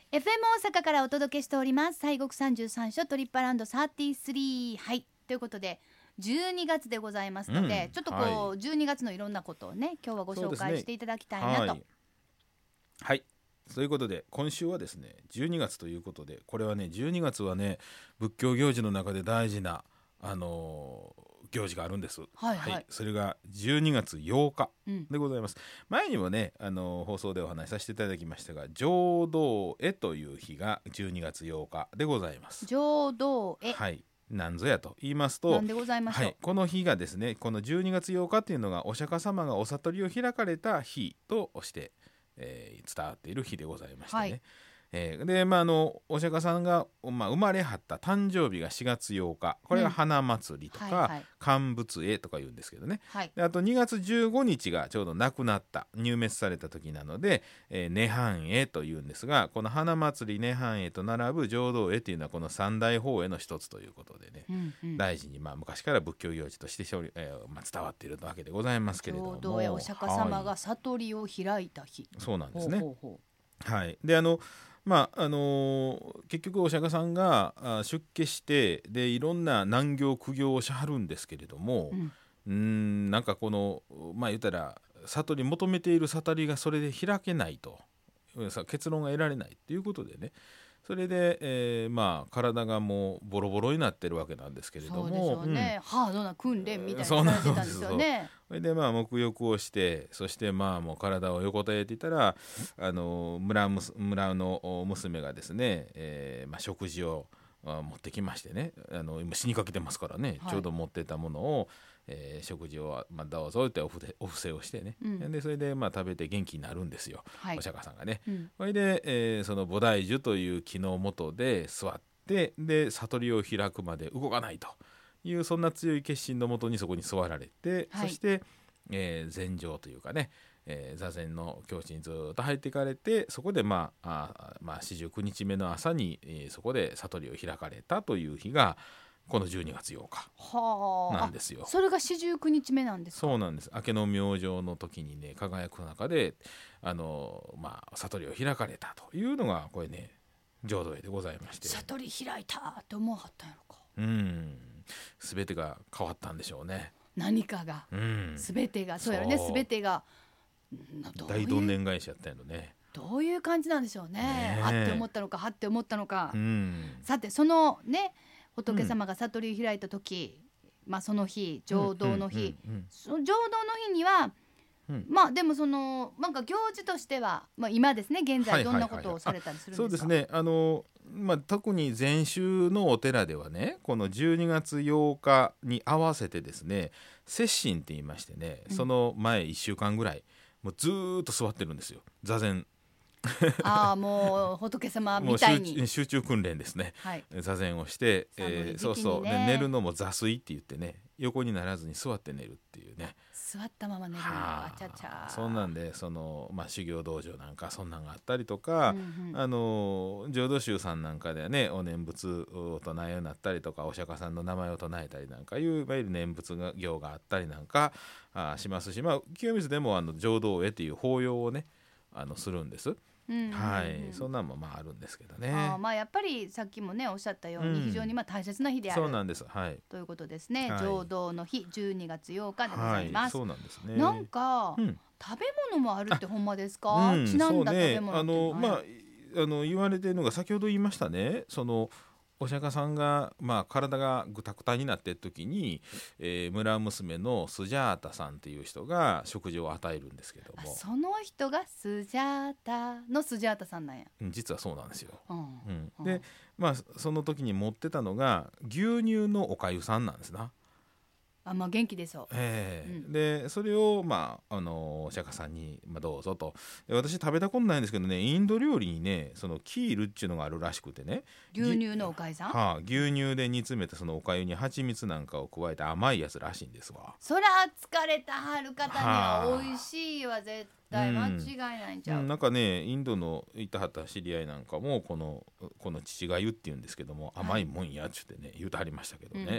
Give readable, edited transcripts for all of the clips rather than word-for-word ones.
FM 大阪からお届けしております西国33所トリップアラウンド33。はい、ということで12月でございますので、ちょっとこう、12月のいろんなことをね今日はご紹介していただきたいなと。 はい、そういうことで今週はですね12月ということで、これはね12月はね仏教行事の中で大事な行事があるんです。それが12月8日でございます。前にもね放送でお話しさせていただきましたが、浄土会という日が12月8日でございます。 浄土会、 はい、なんぞやと言いますと、 なんでございましょう。 この日がですね、この12月8日っていうのがお釈迦様がお悟りを開かれた日として伝わっている日でございましてね、でお釈迦さんが、生まれはった誕生日が4月8日、これが花祭りとか、乾物会とか言うんですけどね、であと2月15日がちょうど亡くなった入滅された時なので、涅槃会というんですが、この花祭り涅槃会と並ぶ浄土会というのはこの三大法会の一つということでね、大事に昔から仏教行事として伝わっているわけでございますけれども、 浄土会、お釈迦様が悟りを開いた日、 そうなんですね。で結局お釈迦さんが出家してでいろんな難行苦行をしはるんですけれども、なんかこの言ったら悟り求めている悟りがそれで開けないと、結論が得られないということでね、それで、体がもうボロボロになってるわけなんですけれども、 そうでしょうね、ハードな訓練みたいなされてたんですよね。 それで沐浴をして、そしてもう体を横たえていたら村の娘がですね、食事を持ってきましてね、今死にかけてますからね、ちょうど持ってたものを、食事を、どうぞってお布施をしてね、でそれで食べて元気になるんですよ、お釈迦さんがね。それで、その菩提樹という木の下で座って、で悟りを開くまで動かないという、そんな強い決心のもとにそこに座られて、そして、禅定というかね、座禅の境地にずっと入っていかれて、そこで49日目の朝に、そこで悟りを開かれたという日がこの12月8日なんですよ。 それが49日目なんですか。 そうなんです。明けの明星の時にね輝く中で悟りを開かれたというのがこれね浄土会でございまして、 悟り開いたって思わはったんやろか。 全てが変わったんでしょうね。 何かが、全てがそうやろね、全てが大どんでん返しやったんやろね。 どういう感じなんでしょうね。あって思ったのか、はって思ったのか。さてそのね仏様が悟りを開いた時、その日浄土の日、その浄土の日には、でもそのなんか行事としては、今ですね現在どんなことをされたりするんですか。 そうですね、特に禅宗のお寺ではね、この12月8日に合わせてですね、摂心って言いましてね、その前1週間ぐらいもうずっと座ってるんですよ、座禅。 もう仏様みたいに集中訓練ですね、座禅をして、寝るのも座睡って言ってね、横にならずに座って寝るっていうね、 座ったまま寝るのがちゃちゃ。 そんなんで修行道場なんかそんなんがあったりとか、浄土宗さんなんかではねお念仏を唱えようになったりとか、お釈迦さんの名前を唱えたりなんかいういわゆる念仏行があったりなんかしますし、清水でも浄土会という法要をねするんです。そんなんもあるんですけどね。 やっぱりさっきもねおっしゃったように非常に大切な日である、 そうなんです、 ということですね。浄土の日12月8日でございます。 そうなんですね。 なんか、食べ物もあるってほんまですか。ちなんだ食べ物って言われているのが先ほど言いましたね、そのお釈迦さんが、体がぐたぐたになっている時に、村娘のスジャータさんっていう人が食事を与えるんですけども、 その人がスジャータのスジャータさんなんや。 実はそうなんですよ。でその時に持ってたのが牛乳のおかゆさんなんですな。 元気でそう。 でそれをお釈迦さんにどうぞと。私食べたことないんですけどね、インド料理にねそのキールっていうのがあるらしくてね、 牛乳のおかゆさん、 牛乳で煮詰めたそのおかゆに蜂蜜なんかを加えて甘いやつらしいんですわ。 そら疲れたはる方には美味しいわ絶対間違いないんちゃう、 なんかねインドのいたはった知り合いなんかもこの父がゆって言うんですけども、甘いもんやっちゅってね言うてはりましたけどね、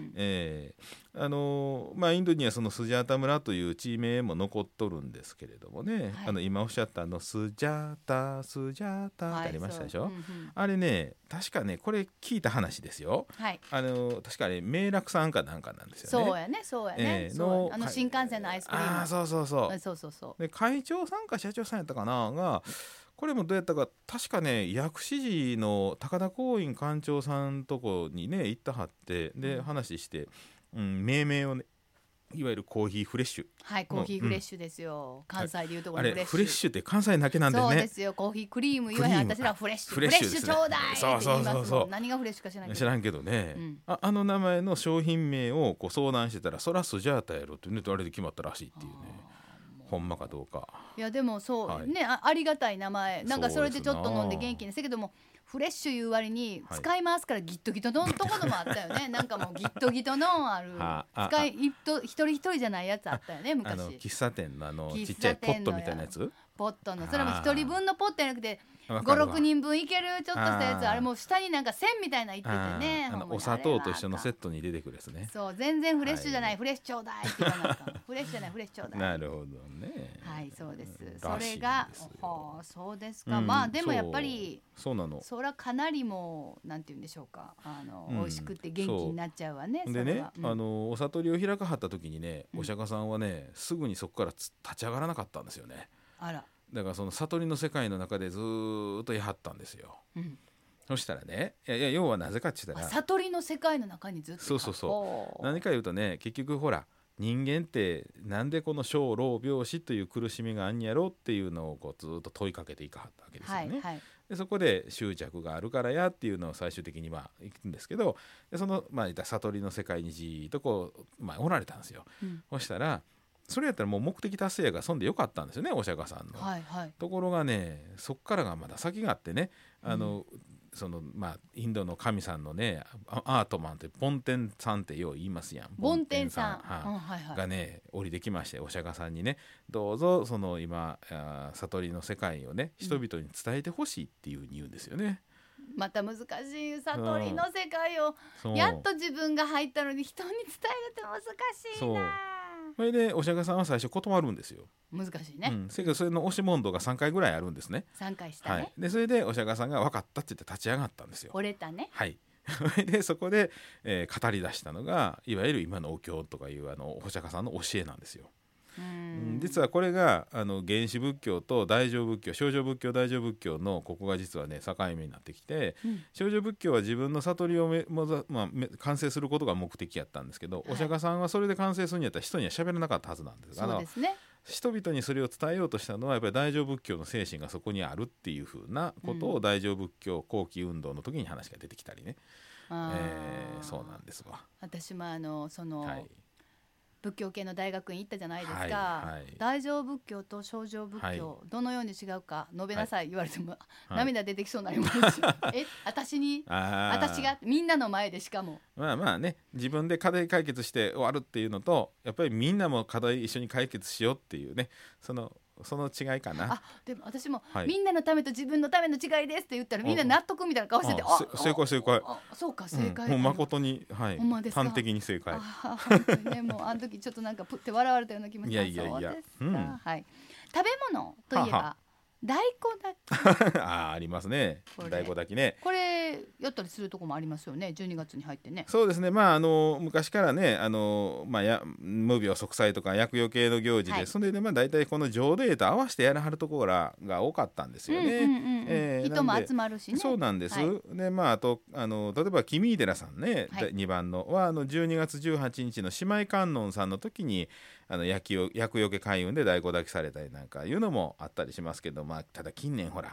インドにはそのスジャータ村という地名も残っとるんですけれどもね、今おっしゃったスジャータってありましたでしょ、あれね確かねこれ聞いた話ですよ、確かね明楽さんかなんかなんですよね。 そうやね、新幹線のアイスクリーム、 そうで会長さんか社長さんやったかながこれもどうやったか確かね薬師寺の高田光院館長さんとこにね行ったはってで話して、命名をねいわゆるコーヒーフレッシュ、 コーヒーフレッシュですよ、関西でいうところのフレッシュ、あれフレッシュって関西だけなんでね。 そうですよ、コーヒークリーム言わへん私らフレッシュちょうだいって言いますもん。何がフレッシュか知らんけどね、あの名前の商品名をこう相談してたらそらスジャータやろってあれで決まったらしいっていうね。ほんまかどうか。 いやでもそうね、ありがたい名前なんかそれでちょっと飲んで元気にせけどもフレッシュいう割に使い回すからギットギトのところもあったよね、なんかもうギットギトのある一人一人じゃないやつあったよね昔。 喫茶店のちっちゃいポットみたいなやつ、 ポットのそれも一人分のポットじゃなくて5,6 人分いけるちょっとしたやつ、あれもう下になんか線みたいなのいっててね、 お砂糖と一緒のセットに出てくるやつね。 そう全然フレッシュじゃない、フレッシュちょうだいって言わなかったフレッシュじゃないフレッシュちょうだい。 なるほどね。 はいそうです。それがそうですか、まあでもやっぱりそうなの、 それはかなりもうなんて言うんでしょうか、美味しくて元気になっちゃうわね。 でね、お悟りを開かはった時にね、お釈迦さんはねすぐにそこから立ち上がらなかったんですよね。 あら、 だからその悟りの世界の中でずっとやはったんですよ、そしたらね要はなぜかって言ったら悟りの世界の中にずっとそう何か言うとね結局ほら人間ってなんでこの生老病死という苦しみがあんやろっていうのをこうずっと問いかけていかはったわけですよね、でそこで執着があるからやっていうのを最終的にいくんですけど、でその悟りの世界にじーっとこう、おられたんですよ、そしたらそれやったらもう目的達成やからそんでよかったんですよねお釈迦さんの、ところがねそっからがまだ先があってね、そのインドの神さんのねアートマンってボンテンさんってよう言いますやん。 ボンテンさんがね降りてきましてお釈迦さんにねどうぞその今悟りの世界をね人々に伝えてほしいっていう風に言うんですよね。 また難しい悟りの世界をやっと自分が入ったのに人に伝えるって難しいな。 それでお釈迦さんは最初断るんですよ。 難しいね、 それの押し問答が3回ぐらいあるんですね。 3回したね、 でそれでお釈迦さんが分かったって言って立ち上がったんですよ。 折れたね。 でそこで、語り出したのがいわゆる今のお経とかいうお釈迦さんの教えなんですよ。実はこれが原始仏教と大乗仏教、小乗仏教大乗仏教のここが実はね境目になってきて、小乗仏教は自分の悟りを完成することが目的やったんですけど、お釈迦さんはそれで完成するんやったら人には喋らなかったはずなんです。 そうですね。 人々にそれを伝えようとしたのはやっぱり大乗仏教の精神がそこにあるっていうふうなことを大乗仏教後期運動の時に話が出てきたりね、そうなんですわ。 私もその、仏教系の大学院行ったじゃないですか、大乗仏教と小乗仏教、どのように違うか述べなさい言われても、涙出てきそうになります私がみんなの前でしかもね自分で課題解決して終わるっていうのとやっぱりみんなも課題一緒に解決しようっていうねその違いかな。 でも私も、みんなのためと自分のための違いですって言ったらみんな納得みたいな顔してて正解そうか正解、 もう誠に、端的に正解。 本当にねもうあの時ちょっとなんかプって笑われたような気持ち。 いや、 食べ物といえば大根炊きありますね。大根炊きね。 これやったりするとこもありますよね。12月に入ってね。 そうですね。昔からね無病息災とか厄除けの行事で、それで大体この浄土絵と合わせてやらはるところが多かったんですよね。 人も集まるしね。 そうなんです。であと例えば君井寺さんね、2番のは12月18日の姉妹観音さんの時に厄除け開運で大根炊きされたりなんかいうのもあったりしますけど、ただ近年ほら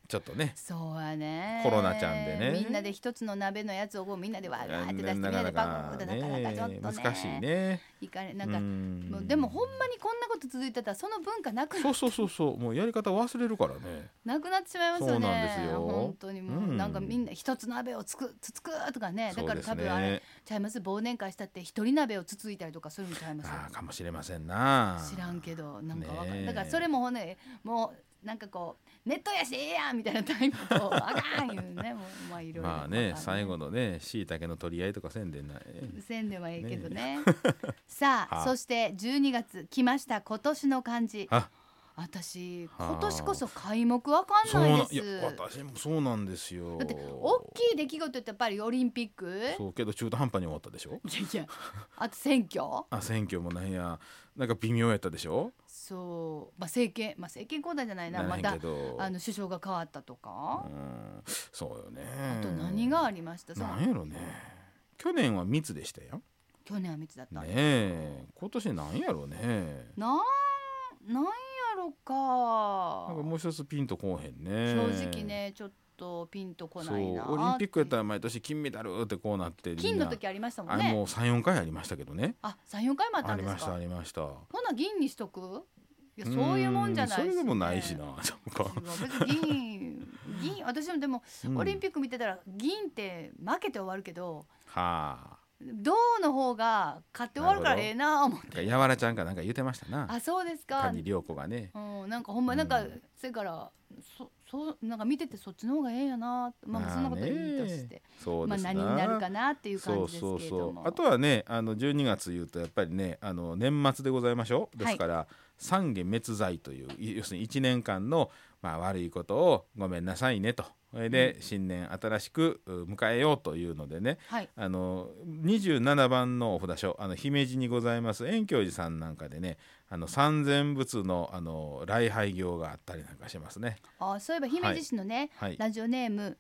ちょっとねそうやね、 コロナちゃんでね、 みんなで一つの鍋のやつをこうみんなでわーって出してみんなでパクってなかなかちょっとね難しいね。 いかねなんかもうでもほんまにこんなこと続いてたらその文化なくなそうもうやり方忘れるからね。 なくなってしまいますよね。 そうなんですよ本当にもう、なんかみんな一つ鍋をつくとかね、だから多分あれちゃいます、忘年会したって一人鍋をつついたりとかそういうのちゃいます。 かもしれませんな。 知らんけどなんかわかる、だからそれもねもうなんかこうネットやしええやんみたいなタイプとあかんいうねもうまあいろいろまあね最後のね椎茸の取り合いとかせんでないせんではいいけどねさあそして12月来ました、今年の漢字。私今年こそ開目わかんないです。 いや私もそうなんですよ。 だって大きい出来事ってやっぱりオリンピック。 そうけど中途半端に終わったでしょ。 いやあと選挙選挙もなんか微妙やったでしょ。 そう、政権交代じゃないな、また首相が変わったとか。 そうよね。 あと何がありました。 なんやろね。去年は密でしたよ。 去年は密だったね。 今年なんやろうね。 なんやろか。 なんかもう一つピンとこうへんね。 正直ねちょっとピンとこないな。 オリンピックやったら毎年金メダルってこうなって金の時ありましたもんね。 あれもう 3,4 回ありましたけどね。 3,4 回もあったんですか。 ありました。 ほな銀にしとく。いやそういうもんじゃないし、ね、 それでもないしな。 別に銀私もでも、オリンピック見てたら銀って負けて終わるけど、銅の方が勝って終わるからええな思って。 やわらちゃんかなんか言ってましたな。 そうですか。 谷涼子がね。 なんかほんまなんかそれからなんか見ててそっちの方がええやな。そんなこといいとして、何になるかなっていう感じですけれども。 あとはね12月言うとやっぱりね年末でございましょう。ですから、三下滅罪という要するに1年間の悪いことをごめんなさいねと。それで新年新しく迎えようというのでね、27番のお札書姫路にございます遠教寺さんなんかでね三千仏の礼拝行があったりなんかしますね。 そういえば姫路市のね、ラジオネーム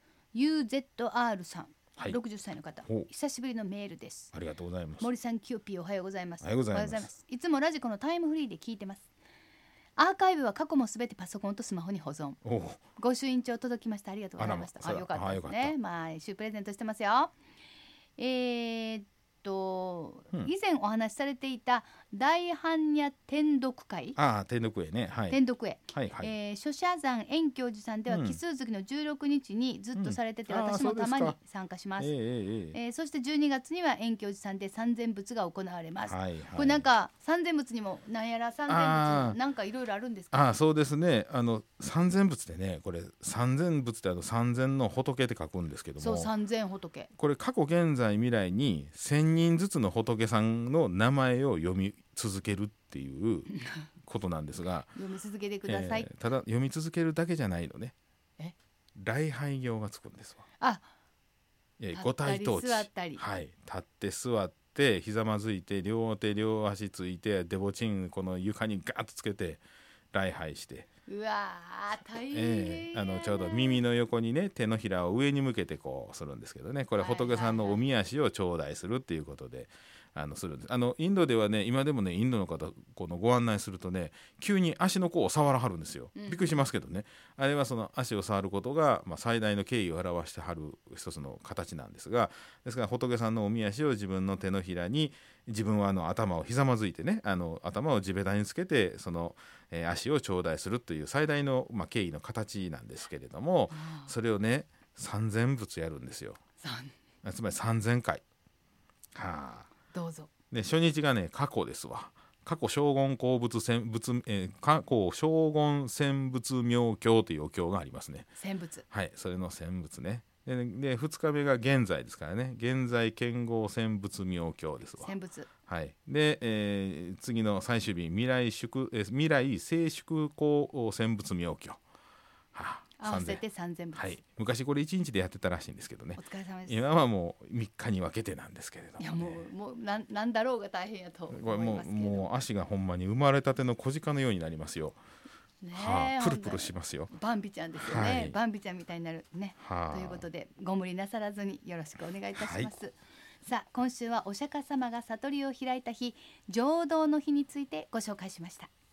UZR さん、60歳の方、久しぶりのメールです。 ありがとうございます。 森さんキューピーおはようございます。 おはようございます。 いつもラジコのタイムフリーで聞いてます。アーカイブは過去もすべてパソコンとスマホに保存。ご朱印帳届きました。ありがとうございました。よかったですね。毎週プレゼントしてますよ。以前お話しされていた大般若天読会、 天読会ね、 天読会、諸社山遠教寺さんでは奇数月の16日にずっとされてて、私もたまに参加します。そして12月には遠教寺さんで三千仏が行われます。これなんか三千仏にもなんやら三千仏なんかいろいろあるんですか。 そうですね。三千仏でね、これ三千仏って三千の仏って書くんですけども、 そう三千仏。 これ過去現在未来に1000人ずつの仏さんの名前を読み続けるっていうことなんですが読み続けてください。 ただ読み続けるだけじゃないのね。礼拝行がつくんですわ。五体統治、立って座ってひざまずいて両手両足ついてデボチンこの床にガーッとつけて礼拝して、 うわ大変、 ちょうど耳の横にね手のひらを上に向けてこうするんですけどね、これ仏さんのおみ足を頂戴するっていうことでするんです。インドではね今でもねインドの方このご案内するとね急に足の甲を触らはるんですよ。びっくりしますけどね、あれはその足を触ることが、最大の敬意を表してはる一つの形なんですが、ですから仏さんのおみ足を自分の手のひらに自分は頭をひざまずいてね頭を地べたにつけてその、足を頂戴するという最大の、敬意の形なんですけれども、それをね3000仏やるんですよ。つまり3000回。 どうぞ。 で初日がね過去ですわ。過去荘厳鉱物過去荘厳千仏妙経というお経がありますね。 千仏。 それの千仏ね。で2日目が現在ですからね、現在剣豪千仏妙経ですわ。 千仏。 で、次の最終日未来静粛光千仏妙経。 合わせて3000仏。 昔これ1日でやってたらしいんですけどね。 お疲れ様です。 今はもう3日に分けてなんですけれども、ね、 いやもうなんだろうが大変やと思いますけど、 もう足がほんまに生まれたての小鹿のようになりますよ。プルプルしますよ。 バンビちゃんですよね、バンビちゃんみたいになるね。ということでご無理なさらずによろしくお願いいたします。さあ今週はお釈迦様が悟りを開いた日、浄土の日についてご紹介しました。